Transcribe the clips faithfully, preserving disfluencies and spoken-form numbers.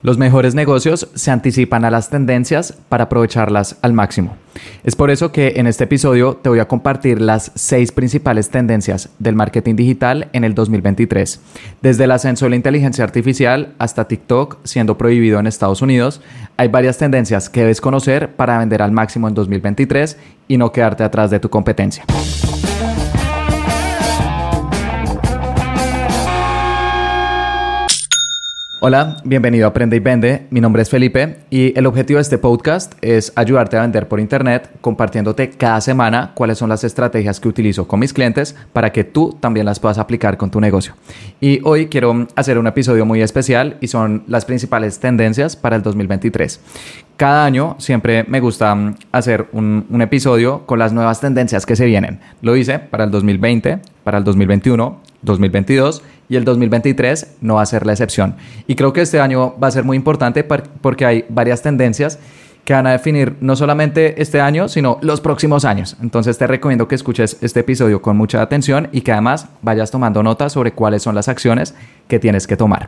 Los mejores negocios se anticipan a las tendencias para aprovecharlas al máximo. Es por eso que en este episodio te voy a compartir las seis principales tendencias del marketing digital en el dos mil veintitrés. Desde el ascenso de la inteligencia artificial hasta TikTok siendo prohibido en Estados Unidos, hay varias tendencias que debes conocer para vender al máximo en dos mil veintitrés y no quedarte atrás de tu competencia. Hola, bienvenido a Aprende y Vende. Mi nombre es Felipe y el objetivo de este podcast es ayudarte a vender por internet compartiéndote cada semana cuáles son las estrategias que utilizo con mis clientes para que tú también las puedas aplicar con tu negocio. Y hoy quiero hacer un episodio muy especial y son las principales tendencias para el dos mil veintitrés. Cada año siempre me gusta hacer un, un episodio con las nuevas tendencias que se vienen. Lo hice para el dos mil veinte, para el dos mil veintiuno, dos mil veintidós y el dos mil veintitrés no va a ser la excepción. Y creo que este año va a ser muy importante porque hay varias tendencias que van a definir no solamente este año, sino los próximos años. Entonces te recomiendo que escuches este episodio con mucha atención y que además vayas tomando nota sobre cuáles son las acciones que tienes que tomar.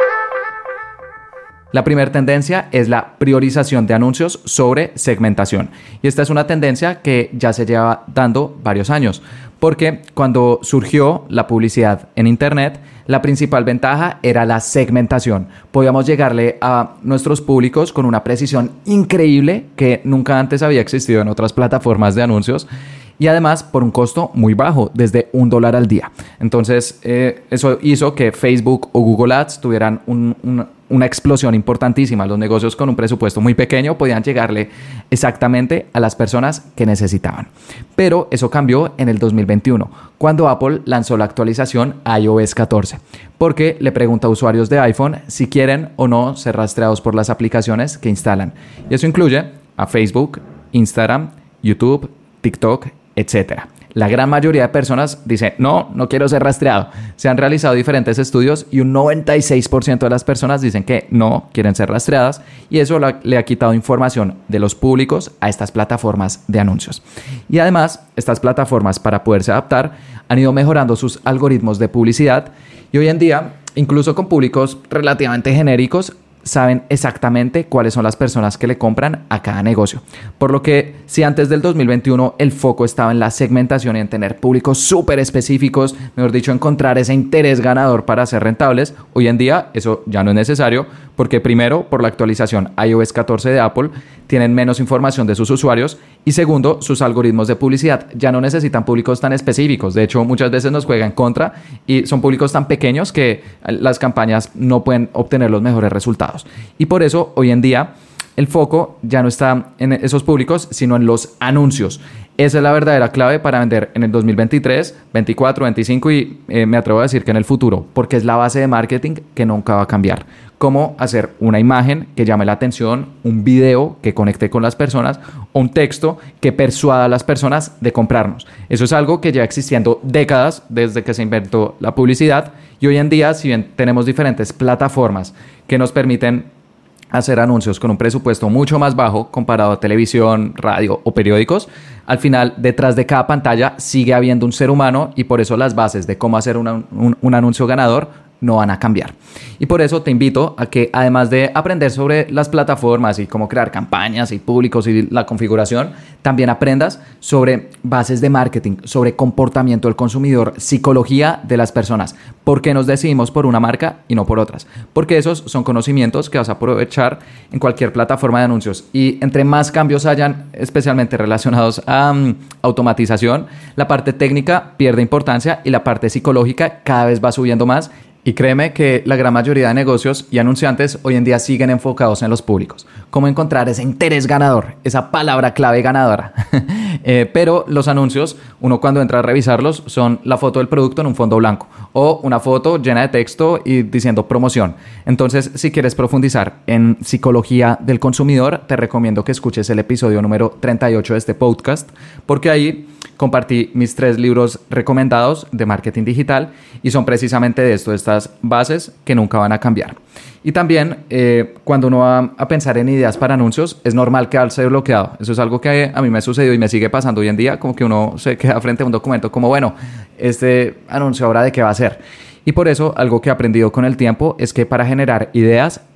La primera tendencia es la priorización de anuncios sobre segmentación. Y esta es una tendencia que ya se lleva dando varios años, porque cuando surgió la publicidad en Internet, la principal ventaja era la segmentación. Podíamos llegarle a nuestros públicos con una precisión increíble que nunca antes había existido en otras plataformas de anuncios. Y además por un costo muy bajo, desde un dólar al día. Entonces, eh, eso hizo que Facebook o Google Ads tuvieran un, un, una explosión importantísima. Los negocios con un presupuesto muy pequeño podían llegarle exactamente a las personas que necesitaban. Pero eso cambió en el dos mil veintiuno, cuando Apple lanzó la actualización i O S catorce, porque le pregunta a usuarios de iPhone si quieren o no ser rastreados por las aplicaciones que instalan. Y eso incluye a Facebook, Instagram, YouTube, TikTok, etcétera. La gran mayoría de personas dice, no, no quiero ser rastreado. Se han realizado diferentes estudios y un noventa y seis por ciento de las personas dicen que no quieren ser rastreadas y eso la, le ha quitado información de los públicos a estas plataformas de anuncios. Y además, estas plataformas para poderse adaptar han ido mejorando sus algoritmos de publicidad y hoy en día, incluso con públicos relativamente genéricos, saben exactamente cuáles son las personas que le compran a cada negocio. Por lo que si antes del dos mil veintiuno el foco estaba en la segmentación y en tener públicos súper específicos, mejor dicho, encontrar ese interés ganador para ser rentables, hoy en día eso ya no es necesario porque primero, por la actualización i O S catorce de Apple, tienen menos información de sus usuarios y segundo, sus algoritmos de publicidad ya no necesitan públicos tan específicos. De hecho, muchas veces nos juegan contra y son públicos tan pequeños que las campañas no pueden obtener los mejores resultados. Y por eso, hoy en día, el foco ya no está en esos públicos, sino en los anuncios. Esa es la verdadera clave para vender en el dos mil veintitrés, veinticuatro, veinticinco y eh, me atrevo a decir que en el futuro, porque es la base de marketing que nunca va a cambiar. Cómo hacer una imagen que llame la atención, un video que conecte con las personas o un texto que persuada a las personas de comprarnos. Eso es algo que lleva existiendo décadas desde que se inventó la publicidad y hoy en día, si bien tenemos diferentes plataformas que nos permiten hacer anuncios con un presupuesto mucho más bajo comparado a televisión, radio o periódicos, al final detrás de cada pantalla sigue habiendo un ser humano y por eso las bases de cómo hacer una, un, un anuncio ganador no van a cambiar. Y por eso te invito a que además de aprender sobre las plataformas y cómo crear campañas y públicos y la configuración, también aprendas sobre bases de marketing, sobre comportamiento del consumidor, psicología de las personas, por qué nos decidimos por una marca y no por otras, porque esos son conocimientos que vas a aprovechar en cualquier plataforma de anuncios y entre más cambios hayan, especialmente relacionados a um, automatización, la parte técnica pierde importancia y la parte psicológica cada vez va subiendo más. Y créeme que la gran mayoría de negocios y anunciantes hoy en día siguen enfocados en los públicos. Cómo encontrar ese interés ganador, esa palabra clave ganadora. eh, pero los anuncios, uno cuando entra a revisarlos, son la foto del producto en un fondo blanco o una foto llena de texto y diciendo promoción. Entonces, si quieres profundizar en psicología del consumidor, te recomiendo que escuches el episodio número treinta y ocho de este podcast, porque ahí compartí mis tres libros recomendados de marketing digital y son precisamente de esto, de estas bases que nunca van a cambiar. Y también eh, cuando uno va a pensar en ideas para anuncios, es normal quedarse bloqueado. Eso es algo que a mí me sucedió y me sigue pasando hoy en día, como que uno se queda frente a un documento como, bueno, este anuncio ahora de qué va a ser. Y por eso algo que he aprendido con el tiempo es que para generar ideas,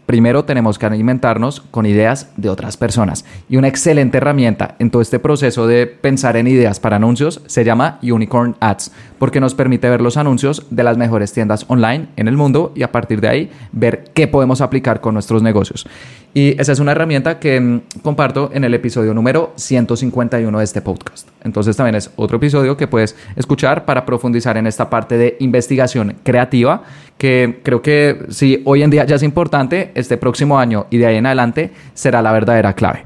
primero tenemos que alimentarnos con ideas de otras personas. Y una excelente herramienta en todo este proceso de pensar en ideas para anuncios se llama Unicorn Ads, porque nos permite ver los anuncios de las mejores tiendas online en el mundo y a partir de ahí ver qué podemos aplicar con nuestros negocios. Y esa es una herramienta que mmm, comparto en el episodio número ciento cincuenta y uno de este podcast. Entonces también es otro episodio que puedes escuchar para profundizar en esta parte de investigación creativa, que creo que si hoy en día ya es importante, este próximo año y de ahí en adelante será la verdadera clave.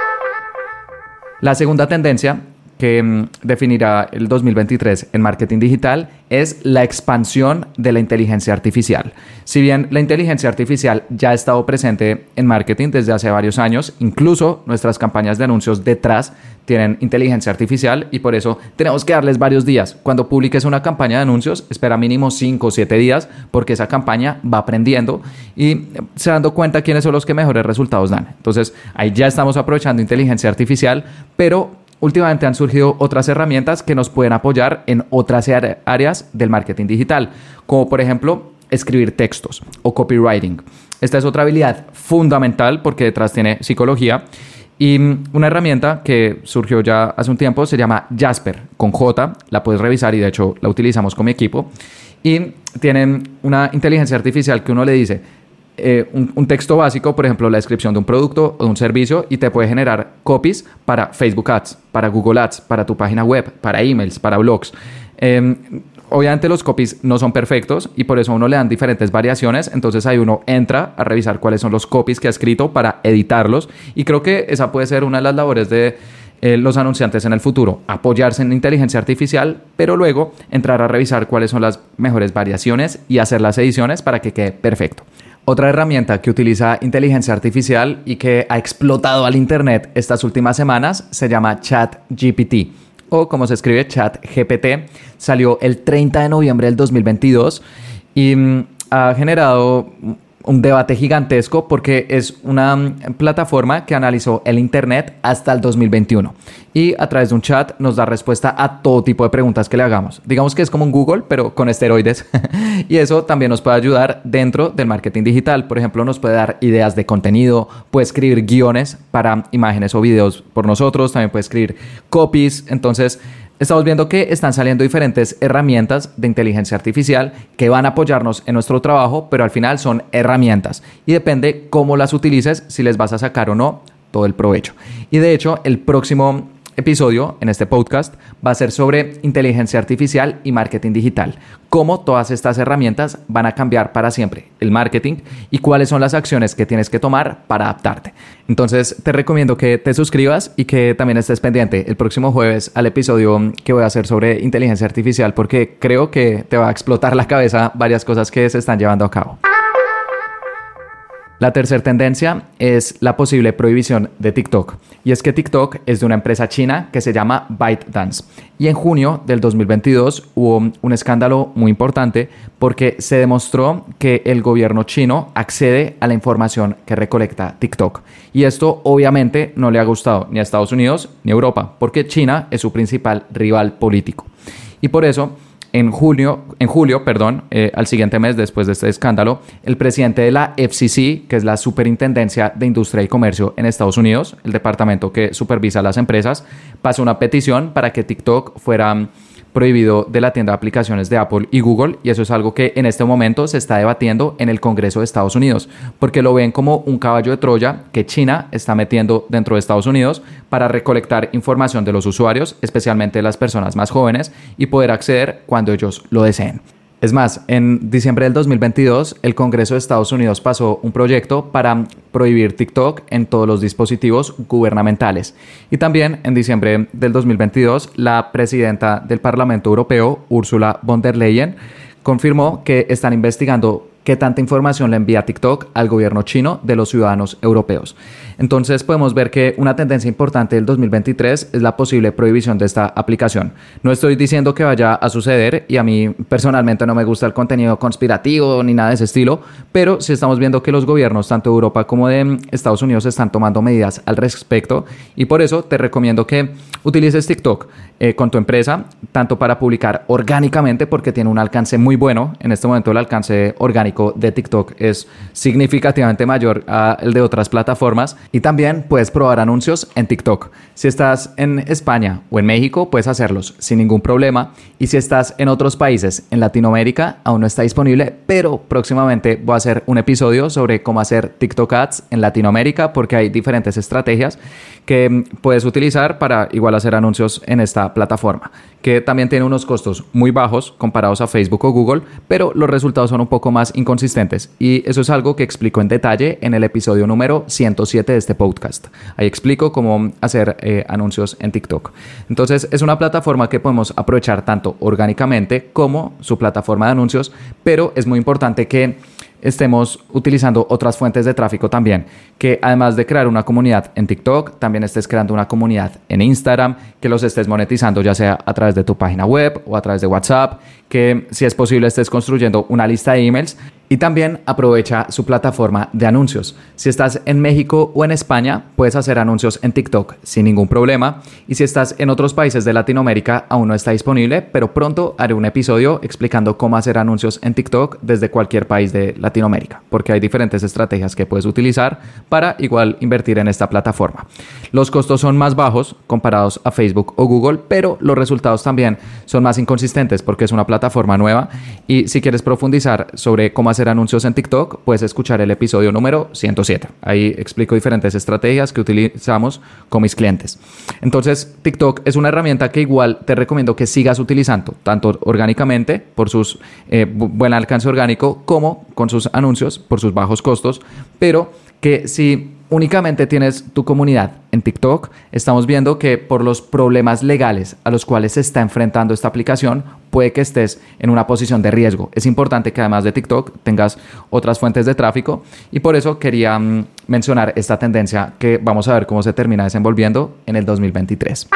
La segunda tendencia que mmm, definirá el dos mil veintitrés en marketing digital es la expansión de la inteligencia artificial. Si bien la inteligencia artificial ya ha estado presente en marketing desde hace varios años, incluso nuestras campañas de anuncios detrás tienen inteligencia artificial y por eso tenemos que darles varios días. Cuando publiques una campaña de anuncios, espera mínimo cinco o siete días porque esa campaña va aprendiendo y se dando cuenta quiénes son los que mejores resultados dan. Entonces, ahí ya estamos aprovechando inteligencia artificial, pero últimamente han surgido otras herramientas que nos pueden apoyar en otras áreas del marketing digital, como por ejemplo escribir textos o copywriting. Esta es otra habilidad fundamental porque detrás tiene psicología y una herramienta que surgió ya hace un tiempo se llama Jasper con J, la puedes revisar y de hecho la utilizamos con mi equipo y tienen una inteligencia artificial que uno le dice Eh, un, un texto básico, por ejemplo, la descripción de un producto o de un servicio y te puede generar copies para Facebook Ads, para Google Ads, para tu página web, para emails, para blogs. Eh, obviamente los copies no son perfectos y por eso a uno le dan diferentes variaciones, entonces ahí uno entra a revisar cuáles son los copies que ha escrito para editarlos y creo que esa puede ser una de las labores de eh, los anunciantes en el futuro, apoyarse en inteligencia artificial, pero luego entrar a revisar cuáles son las mejores variaciones y hacer las ediciones para que quede perfecto. Otra herramienta que utiliza inteligencia artificial y que ha explotado al internet estas últimas semanas se llama ChatGPT o como se escribe ChatGPT. Salió el treinta de noviembre del dos mil veintidós y mmm, ha generado un debate gigantesco porque es una plataforma que analizó el internet hasta el dos mil veintiuno y a través de un chat nos da respuesta a todo tipo de preguntas que le hagamos. Digamos que es como un Google, pero con esteroides y eso también nos puede ayudar dentro del marketing digital. Por ejemplo, nos puede dar ideas de contenido, puede escribir guiones para imágenes o videos por nosotros, también puede escribir copies. Entonces, estamos viendo que están saliendo diferentes herramientas de inteligencia artificial que van a apoyarnos en nuestro trabajo, pero al final son herramientas y depende cómo las utilices, si les vas a sacar o no todo el provecho. Y de hecho, el próximo episodio en este podcast va a ser sobre inteligencia artificial y marketing digital. Cómo todas estas herramientas van a cambiar para siempre el marketing y cuáles son las acciones que tienes que tomar para adaptarte. Entonces te recomiendo que te suscribas y que también estés pendiente el próximo jueves al episodio que voy a hacer sobre inteligencia artificial porque creo que te va a explotar la cabeza varias cosas que se están llevando a cabo. La tercera tendencia es la posible prohibición de TikTok. Y es que TikTok es de una empresa china que se llama ByteDance. Y en junio del dos mil veintidós hubo un escándalo muy importante porque se demostró que el gobierno chino accede a la información que recolecta TikTok. Y esto obviamente no le ha gustado ni a Estados Unidos ni a Europa porque China es su principal rival político. Y por eso En julio, en julio, perdón, eh, al siguiente mes después de este escándalo, el presidente de la F C C, que es la Superintendencia de Industria y Comercio en Estados Unidos, el departamento que supervisa las empresas, pasó una petición para que TikTok fuera prohibido de la tienda de aplicaciones de Apple y Google, y eso es algo que en este momento se está debatiendo en el Congreso de Estados Unidos, porque lo ven como un caballo de Troya que China está metiendo dentro de Estados Unidos para recolectar información de los usuarios, especialmente de las personas más jóvenes, y poder acceder cuando ellos lo deseen. Es más, en diciembre del dos mil veintidós, el Congreso de Estados Unidos pasó un proyecto para prohibir TikTok en todos los dispositivos gubernamentales. Y también en diciembre del dos mil veintidós, la presidenta del Parlamento Europeo, Ursula von der Leyen, confirmó que están investigando qué tanta información le envía TikTok al gobierno chino de los ciudadanos europeos. Entonces podemos ver que una tendencia importante del dos mil veintitrés es la posible prohibición de esta aplicación. No estoy diciendo que vaya a suceder y a mí personalmente no me gusta el contenido conspirativo ni nada de ese estilo, pero sí estamos viendo que los gobiernos tanto de Europa como de Estados Unidos están tomando medidas al respecto y por eso te recomiendo que utilices TikTok eh, con tu empresa, tanto para publicar orgánicamente porque tiene un alcance muy bueno. En este momento el alcance orgánico tráfico de TikTok es significativamente mayor al de otras plataformas. Y también puedes probar anuncios en TikTok. Si estás en España o en México, puedes hacerlos sin ningún problema. Y si estás en otros países, en Latinoamérica, aún no está disponible, pero próximamente voy a hacer un episodio sobre cómo hacer TikTok Ads en Latinoamérica, porque hay diferentes estrategias que puedes utilizar para igual hacer anuncios en esta plataforma, que también tiene unos costos muy bajos comparados a Facebook o Google, pero los resultados son un poco más inconsistentes. Y eso es algo que explico en detalle en el episodio número ciento siete de este podcast. Ahí explico cómo hacer eh, anuncios en TikTok. Entonces, es una plataforma que podemos aprovechar tanto orgánicamente como su plataforma de anuncios, pero es muy importante que estemos utilizando otras fuentes de tráfico también, que además de crear una comunidad en TikTok, también estés creando una comunidad en Instagram, que los estés monetizando ya sea a través de tu página web o a través de WhatsApp, que si es posible estés construyendo una lista de emails. Y también aprovecha su plataforma de anuncios. Si estás en México o en España, puedes hacer anuncios en TikTok sin ningún problema. Y si estás en otros países de Latinoamérica, aún no está disponible, pero pronto haré un episodio explicando cómo hacer anuncios en TikTok desde cualquier país de Latinoamérica, porque hay diferentes estrategias que puedes utilizar para igual invertir en esta plataforma. Los costos son más bajos comparados a Facebook o Google, pero los resultados también son más inconsistentes porque es una plataforma nueva. Y si quieres profundizar sobre cómo hacer hacer anuncios en TikTok, puedes escuchar el episodio número ciento siete. Ahí explico diferentes estrategias que utilizamos con mis clientes. Entonces, TikTok es una herramienta que igual te recomiendo que sigas utilizando, tanto orgánicamente por su eh, buen alcance orgánico, como con sus anuncios por sus bajos costos, pero que si únicamente tienes tu comunidad en TikTok, estamos viendo que por los problemas legales a los cuales se está enfrentando esta aplicación, puede que estés en una posición de riesgo. Es importante que además de TikTok tengas otras fuentes de tráfico y por eso quería um, mencionar esta tendencia que vamos a ver cómo se termina desenvolviendo en el dos mil veintitrés.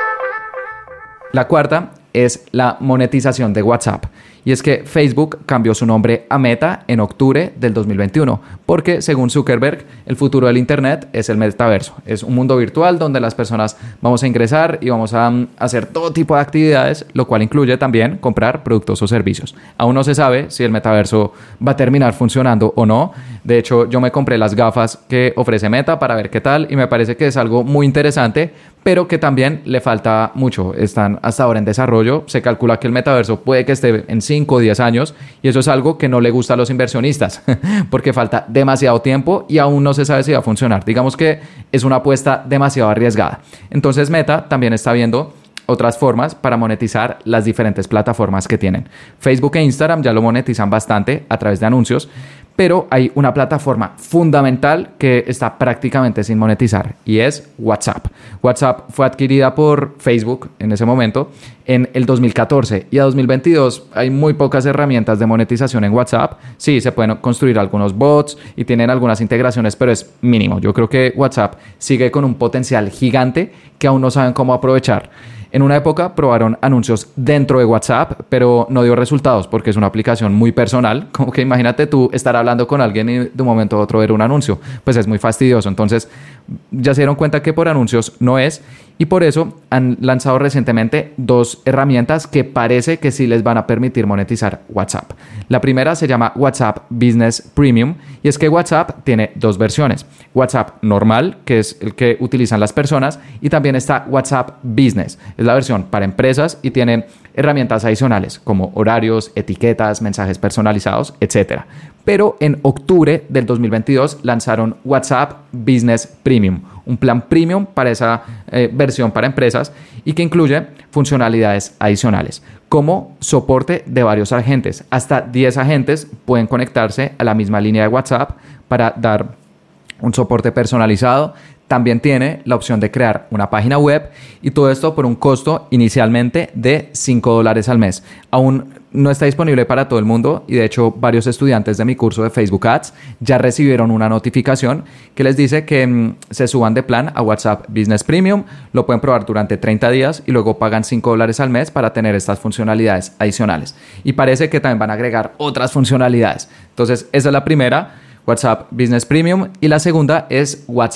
La cuarta es la monetización de WhatsApp. Y es que Facebook cambió su nombre a Meta en octubre del dos mil veintiuno, porque según Zuckerberg, el futuro del Internet es el metaverso. Es un mundo virtual donde las personas vamos a ingresar y vamos a um, hacer todo tipo de actividades, lo cual incluye también comprar productos o servicios. Aún no se sabe si el metaverso va a terminar funcionando o no. De hecho, yo me compré las gafas que ofrece Meta para ver qué tal y me parece que es algo muy interesante, pero que también le falta mucho. Están hasta ahora en desarrollo. Se calcula que el metaverso puede que esté en cinco o diez años y eso es algo que no le gusta a los inversionistas porque falta demasiado tiempo y aún no se sabe si va a funcionar. Digamos que es una apuesta demasiado arriesgada. Entonces Meta también está viendo otras formas para monetizar las diferentes plataformas que tienen. Facebook e Instagram ya lo monetizan bastante a través de anuncios, pero hay una plataforma fundamental que está prácticamente sin monetizar y es WhatsApp. WhatsApp fue adquirida por Facebook en ese momento en el dos mil catorce y a dos mil veintidós hay muy pocas herramientas de monetización en WhatsApp. Sí, se pueden construir algunos bots y tienen algunas integraciones, pero es mínimo. Yo creo que WhatsApp sigue con un potencial gigante que aún no saben cómo aprovechar. En una época probaron anuncios dentro de WhatsApp, pero no dio resultados porque es una aplicación muy personal. Como que imagínate tú estar hablando con alguien y de un momento a otro ver un anuncio. Pues es muy fastidioso. Entonces ya se dieron cuenta que por anuncios no es y por eso han lanzado recientemente dos herramientas que parece que sí les van a permitir monetizar WhatsApp. La primera se llama WhatsApp Business Premium y es que WhatsApp tiene dos versiones. WhatsApp normal, que es el que utilizan las personas, y también está WhatsApp Business. Es la versión para empresas y tienen herramientas adicionales como horarios, etiquetas, mensajes personalizados, etcétera. Pero en octubre del dos mil veintidós lanzaron WhatsApp Business Premium, un plan premium para esa eh, versión para empresas y que incluye funcionalidades adicionales como soporte de varios agentes. Hasta diez agentes pueden conectarse a la misma línea de WhatsApp para dar un soporte personalizado. También tiene la opción de crear una página web y todo esto por un costo inicialmente de cinco dólares al mes. Aún no está disponible para todo el mundo y de hecho varios estudiantes de mi curso de Facebook Ads ya recibieron una notificación que les dice que mmm, se suban de plan a WhatsApp Business Premium, lo pueden probar durante treinta días y luego pagan cinco dólares al mes para tener estas funcionalidades adicionales. Y parece que también van a agregar otras funcionalidades. Entonces esa es la primera, WhatsApp Business Premium, y la segunda es WhatsApp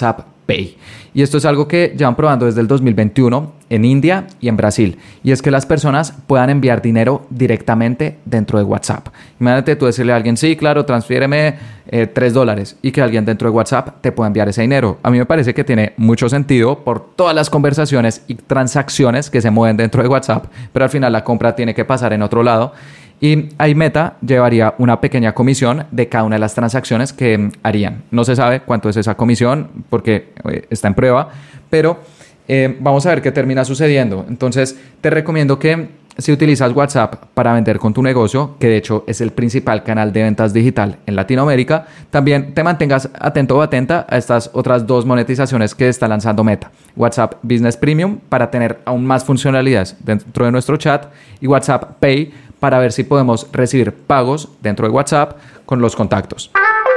Pay. Y esto es algo que llevan probando desde el dos mil veintiuno en India y en Brasil. Y es que las personas puedan enviar dinero directamente dentro de WhatsApp. Imagínate tú decirle a alguien, sí, claro, transfiéreme eh, tres dólares y que alguien dentro de WhatsApp te pueda enviar ese dinero. A mí me parece que tiene mucho sentido por todas las conversaciones y transacciones que se mueven dentro de WhatsApp, pero al final la compra tiene que pasar en otro lado. Y ahí Meta llevaría una pequeña comisión de cada una de las transacciones que harían. No se sabe cuánto es esa comisión porque eh, está en prueba, pero eh, vamos a ver qué termina sucediendo. Entonces, te recomiendo que si utilizas WhatsApp para vender con tu negocio, que de hecho es el principal canal de ventas digital en Latinoamérica, también te mantengas atento o atenta a estas otras dos monetizaciones que está lanzando Meta. WhatsApp Business Premium para tener aún más funcionalidades dentro de nuestro chat y WhatsApp Pay para ver si podemos recibir pagos dentro de WhatsApp con los contactos.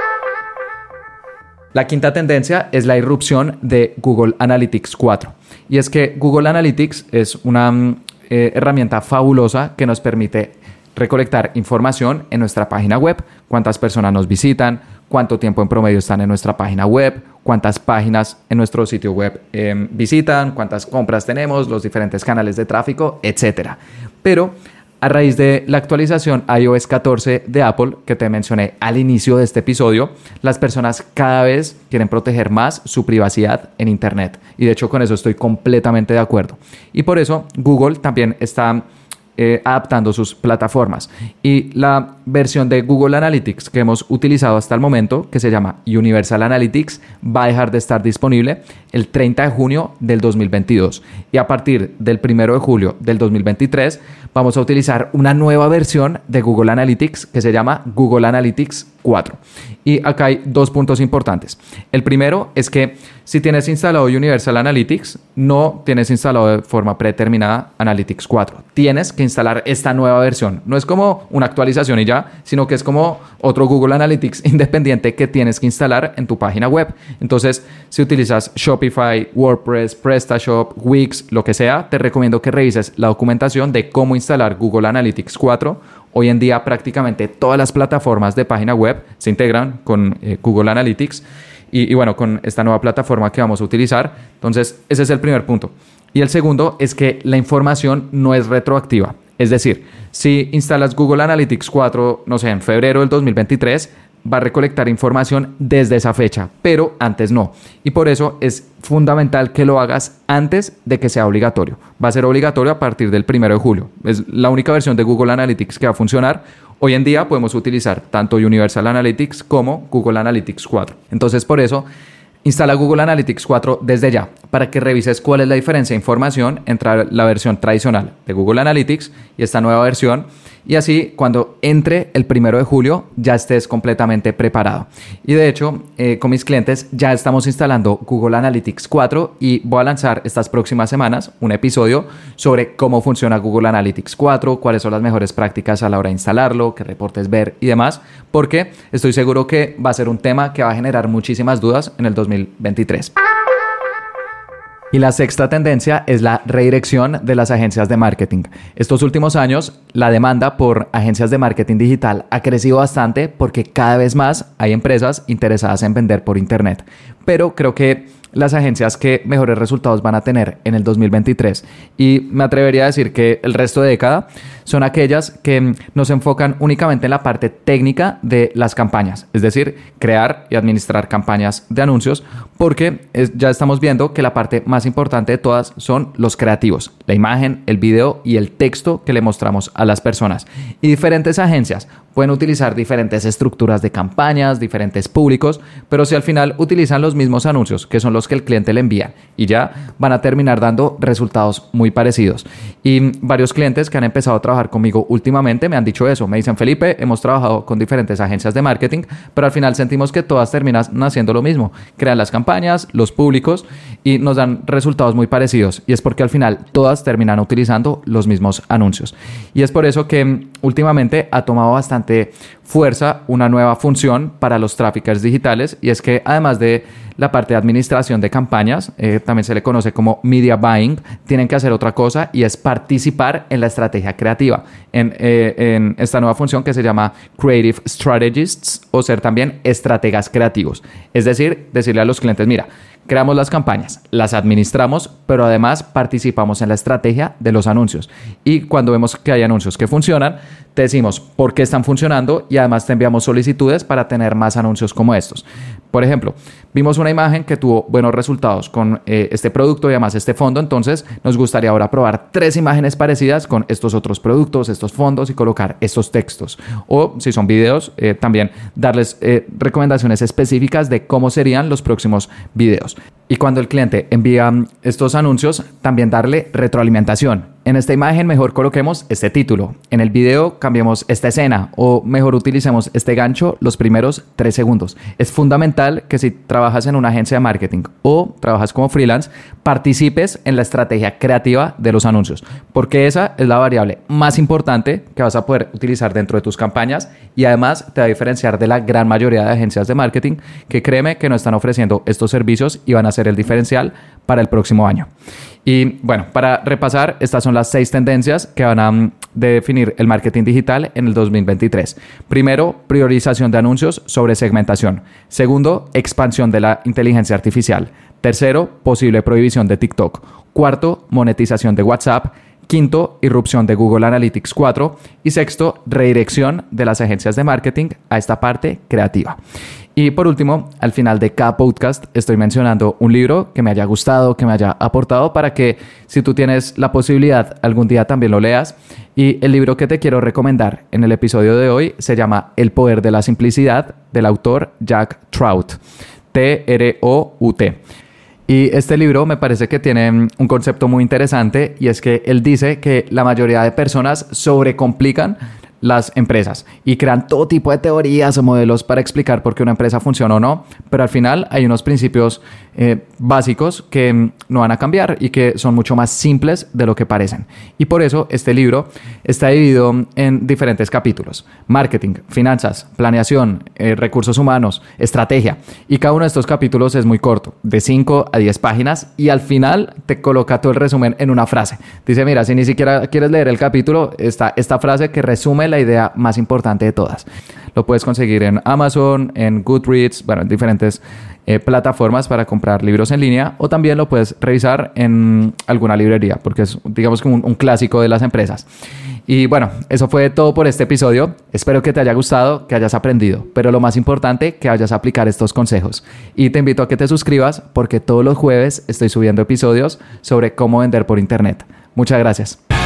La quinta tendencia es la irrupción de Google Analytics cuatro. Y es que Google Analytics es una eh, herramienta fabulosa que nos permite recolectar información en nuestra página web, cuántas personas nos visitan, cuánto tiempo en promedio están en nuestra página web, cuántas páginas en nuestro sitio web eh, visitan, cuántas compras tenemos, los diferentes canales de tráfico, etcétera. Pero a raíz de la actualización i O S catorce de Apple que te mencioné al inicio de este episodio, las personas cada vez quieren proteger más su privacidad en Internet. Y de hecho con eso estoy completamente de acuerdo. Y por eso Google también está eh, adaptando sus plataformas. Y la versión de Google Analytics que hemos utilizado hasta el momento, que se llama Universal Analytics, va a dejar de estar disponible el treinta de junio del dos mil veintidós. Y a partir del primero de julio del dos mil veintitrés vamos a utilizar una nueva versión de Google Analytics que se llama Google Analytics cuatro. Y acá hay dos puntos importantes. El primero es que si tienes instalado Universal Analytics, no tienes instalado de forma predeterminada Analytics cuatro. Tienes que instalar esta nueva versión. No es como una actualización y ya, sino que es como otro Google Analytics independiente que tienes que instalar en tu página web. Entonces, si utilizas Shopify, WordPress, PrestaShop, Wix, lo que sea, te recomiendo que revises la documentación de cómo instalar Google Analytics cuatro. Hoy en día prácticamente todas las plataformas de página web se integran con eh, Google Analytics y, y bueno, con esta nueva plataforma que vamos a utilizar. Entonces, ese es el primer punto. Y el segundo es que la información no es retroactiva. Es decir, si instalas Google Analytics cuatro, no sé, en febrero del dos mil veintitrés, va a recolectar información desde esa fecha, pero antes no. Y por eso es fundamental que lo hagas antes de que sea obligatorio. Va a ser obligatorio a partir del primero de julio. Es la única versión de Google Analytics que va a funcionar. Hoy en día podemos utilizar tanto Universal Analytics como Google Analytics cuatro. Entonces, por eso, instala Google Analytics cuatro desde ya para que revises cuál es la diferencia de información entre la versión tradicional de Google Analytics y esta nueva versión. Y así, cuando entre el primero de julio, ya estés completamente preparado. Y de hecho, eh, con mis clientes ya estamos instalando Google Analytics cuatro y voy a lanzar estas próximas semanas un episodio sobre cómo funciona Google Analytics cuatro, cuáles son las mejores prácticas a la hora de instalarlo, qué reportes ver y demás, porque estoy seguro que va a ser un tema que va a generar muchísimas dudas en el dos mil veintitrés. Y la sexta tendencia es la redirección de las agencias de marketing. Estos últimos años, la demanda por agencias de marketing digital ha crecido bastante porque cada vez más hay empresas interesadas en vender por Internet. Pero creo que las agencias que mejores resultados van a tener en el dos mil veintitrés, y me atrevería a decir que el resto de década, son aquellas que nos enfocan únicamente en la parte técnica de las campañas, es decir, crear y administrar campañas de anuncios, porque es, ya estamos viendo que la parte más importante de todas son los creativos, la imagen, el video y el texto que le mostramos a las personas. Y diferentes agencias pueden utilizar diferentes estructuras de campañas, diferentes públicos, pero si al final utilizan los mismos anuncios, que son los que el cliente le envía, y ya van a terminar dando resultados muy parecidos. Y varios clientes que han empezado a trabajar conmigo últimamente me han dicho eso. Me dicen, Felipe, hemos trabajado con diferentes agencias de marketing, pero al final sentimos que todas terminan haciendo lo mismo. Crean las campañas, los públicos, y nos dan resultados muy parecidos. Y es porque al final todas terminan utilizando los mismos anuncios. Y es por eso que últimamente ha tomado bastante fuerza una nueva función para los traffickers digitales, y es que además de la parte de administración de campañas, eh, también se le conoce como media buying, tienen que hacer otra cosa y es participar en la estrategia creativa, en, eh, en esta nueva función que se llama Creative Strategists o ser también estrategas creativos. Es decir, decirle a los clientes, mira, creamos las campañas, las administramos, pero además participamos en la estrategia de los anuncios. Y cuando vemos que hay anuncios que funcionan, te decimos por qué están funcionando y además te enviamos solicitudes para tener más anuncios como estos. Por ejemplo, vimos una imagen que tuvo buenos resultados con eh, este producto y además este fondo, entonces nos gustaría ahora probar tres imágenes parecidas con estos otros productos, estos fondos y colocar estos textos. O si son videos, eh, también darles eh, recomendaciones específicas de cómo serían los próximos videos. Y cuando el cliente envía estos anuncios, también darle retroalimentación. En esta imagen mejor coloquemos este título. En el video cambiemos esta escena o mejor utilicemos este gancho los primeros tres segundos. Es fundamental que si trabajas en una agencia de marketing o trabajas como freelance, participes en la estrategia creativa de los anuncios, porque esa es la variable más importante que vas a poder utilizar dentro de tus campañas y además te va a diferenciar de la gran mayoría de agencias de marketing que créeme que no están ofreciendo estos servicios y van a ser el diferencial para el próximo año. Y bueno, para repasar, estas son las seis tendencias que van a um, definir el marketing digital en el dos mil veintitrés. Primero, priorización de anuncios sobre segmentación. Segundo, expansión de la inteligencia artificial. Tercero, posible prohibición de TikTok. Cuarto, monetización de WhatsApp. Quinto, irrupción de Google Analytics cuatro. Y sexto, redirección de las agencias de marketing a esta parte creativa. Y por último, al final de cada podcast estoy mencionando un libro que me haya gustado, que me haya aportado para que si tú tienes la posibilidad algún día también lo leas. Y el libro que te quiero recomendar en el episodio de hoy se llama El poder de la simplicidad del autor Jack Trout, T R O U T. Y este libro me parece que tiene un concepto muy interesante y es que él dice que la mayoría de personas sobrecomplican las empresas y crean todo tipo de teorías o modelos para explicar por qué una empresa funciona o no, pero al final hay unos principios eh, básicos que no van a cambiar y que son mucho más simples de lo que parecen. Y por eso este libro está dividido en diferentes capítulos: marketing, finanzas, planeación, eh, recursos humanos, estrategia. Y cada uno de estos capítulos es muy corto, de cinco a diez páginas, y al final te coloca todo el resumen en una frase. Dice, mira, si ni siquiera quieres leer el capítulo, está esta frase que resume la idea más importante de todas. Lo puedes conseguir en Amazon, en Goodreads, bueno, en diferentes eh, plataformas para comprar libros en línea, o también lo puedes revisar en alguna librería, porque es, digamos, como un, un clásico de las empresas. Y bueno, eso fue todo por este episodio. Espero que te haya gustado, que hayas aprendido, pero lo más importante, que vayas a aplicar estos consejos. Y te invito a que te suscribas porque todos los jueves estoy subiendo episodios sobre cómo vender por internet. Muchas gracias.